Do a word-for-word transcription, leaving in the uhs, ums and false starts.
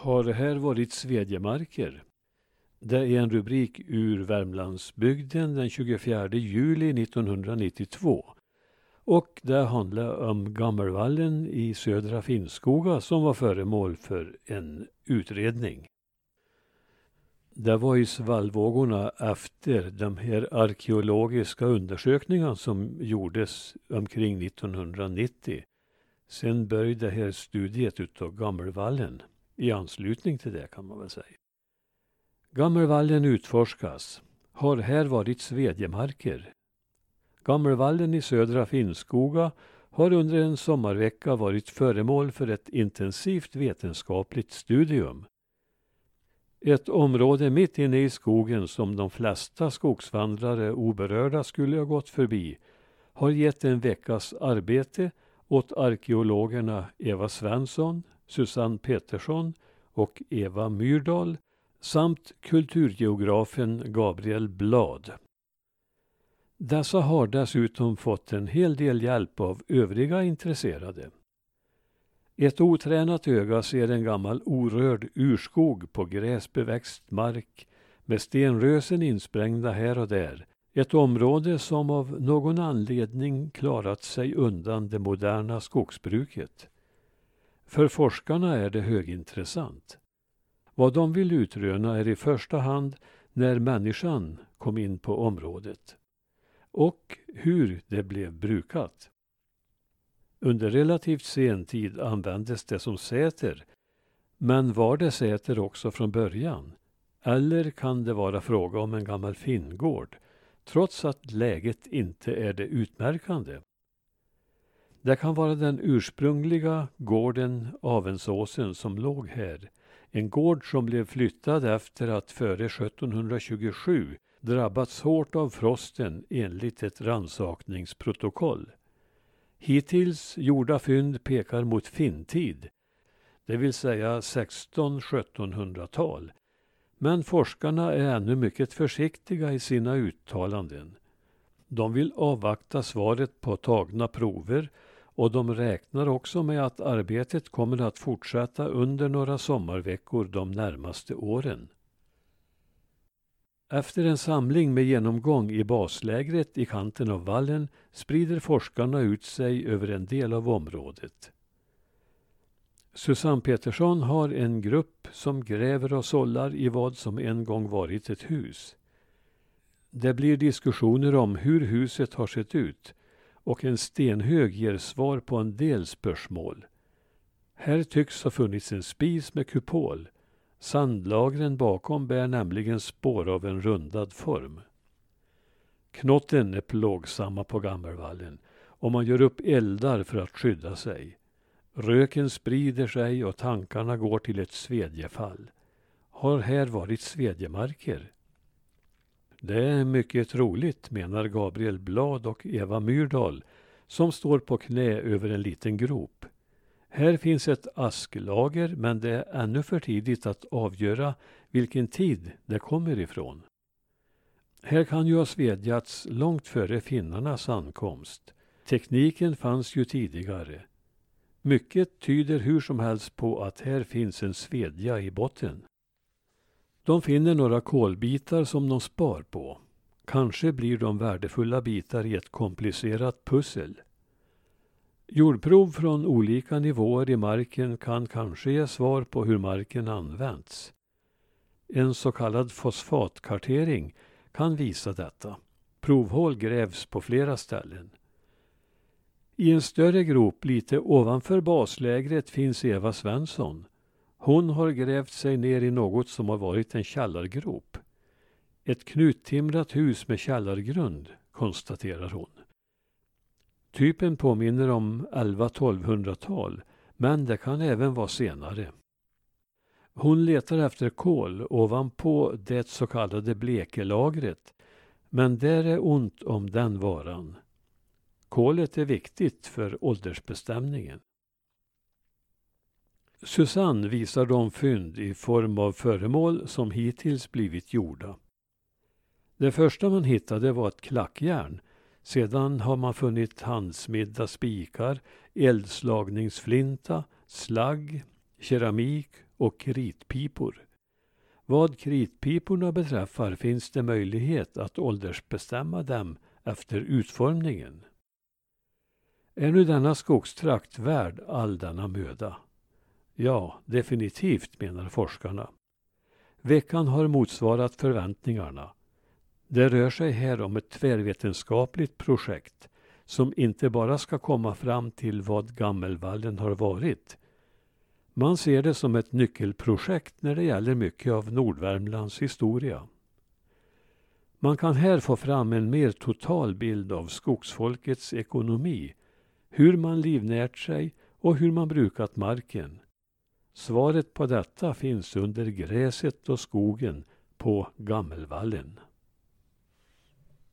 Har det här varit svedjemarker? Det är en rubrik ur Värmlandsbygden den tjugofjärde juli nittonhundranittiotvå. Och det handlar om Gammelvallen i södra Finnskoga som var föremål för en utredning. Det var i svallvågorna efter de här arkeologiska undersökningarna som gjordes omkring nittonhundranittio. Sen började det här studiet utav Gammelvallen. I anslutning till det kan man väl säga. Gammelvallen utforskas. Har här varit svedjemarker? Gammelvallen i södra Finnskoga har under en sommarvecka varit föremål för ett intensivt vetenskapligt studium. Ett område mitt inne i skogen som de flesta skogsvandrare oberörda skulle ha gått förbi har gett en veckas arbete åt arkeologerna Eva Svensson, Susanne Pettersson och Eva Myrdal samt kulturgeografen Gabriel Blad. Dessa har dessutom fått en hel del hjälp av övriga intresserade. Ett otränat öga ser en gammal orörd urskog på gräsbeväxt mark med stenrösen insprängda här och där. Ett område som av någon anledning klarat sig undan det moderna skogsbruket. För forskarna är det högintressant. Vad de vill utröna är i första hand när människan kom in på området och hur det blev brukat. Under relativt sen tid användes det som säter, men var det säter också från början? Eller kan det vara fråga om en gammal finngård, trots att läget inte är det utmärkande? Det kan vara den ursprungliga gården Avensåsen som låg här. En gård som blev flyttad efter att före sjuttonhundratjugosju drabbats hårt av frosten enligt ett rannsakningsprotokoll. Hittills gjorda fynd pekar mot finntid, det vill säga sexton-sjuttonhundratal. Men forskarna är ännu mycket försiktiga i sina uttalanden. De vill avvakta svaret på tagna prover och de räknar också med att arbetet kommer att fortsätta under några sommarveckor de närmaste åren. Efter en samling med genomgång i baslägret i kanten av vallen sprider forskarna ut sig över en del av området. Susanne Pettersson har en grupp som gräver och sållar i vad som en gång varit ett hus. Det blir diskussioner om hur huset har sett ut och en stenhög ger svar på en del spörsmål. Här tycks ha funnits en spis med kupol. Sandlagren bakom bär nämligen spår av en rundad form. Knotten är plågsamma på Gammelvallen och man gör upp eldar för att skydda sig. Röken sprider sig och tankarna går till ett svedjefall. Har här varit svedjemarker? Det är mycket troligt, menar Gabriel Blad och Eva Myrdal som står på knä över en liten grop. Här finns ett asklager men det är ännu för tidigt att avgöra vilken tid det kommer ifrån. Här kan ju ha svedjats långt före finnarnas ankomst. Tekniken fanns ju tidigare. Mycket tyder hur som helst på att här finns en svedja i botten. De finner några kolbitar som de spar på. Kanske blir de värdefulla bitar i ett komplicerat pussel. Jordprov från olika nivåer i marken kan kanske ge svar på hur marken används. En så kallad fosfatkartering kan visa detta. Provhål grävs på flera ställen. I en större grop lite ovanför baslägret finns Eva Svensson. Hon har grävt sig ner i något som har varit en källargrop. Ett knuttimrat hus med källargrund, konstaterar hon. Typen påminner om elva-tolvhundratal, men det kan även vara senare. Hon letar efter kol ovanpå det så kallade blekelagret, men där är ont om den varan. Kolet är viktigt för åldersbestämningen. Susanne visar de fynd i form av föremål som hittills blivit gjorda. Det första man hittade var ett klackjärn. Sedan har man funnit handsmidda spikar, eldslagningsflinta, slagg, keramik och kritpipor. Vad kritpiporna beträffar finns det möjlighet att åldersbestämma dem efter utformningen. Är nu denna skogstrakt värd all denna möda? Ja, definitivt, menar forskarna. Veckan har motsvarat förväntningarna. Det rör sig här om ett tvärvetenskapligt projekt som inte bara ska komma fram till vad Gammelvallen har varit. Man ser det som ett nyckelprojekt när det gäller mycket av Nordvärmlands historia. Man kan här få fram en mer total bild av skogsfolkets ekonomi, hur man livnärt sig och hur man brukat marken. Svaret på detta finns under gräset och skogen på Gammelvallen.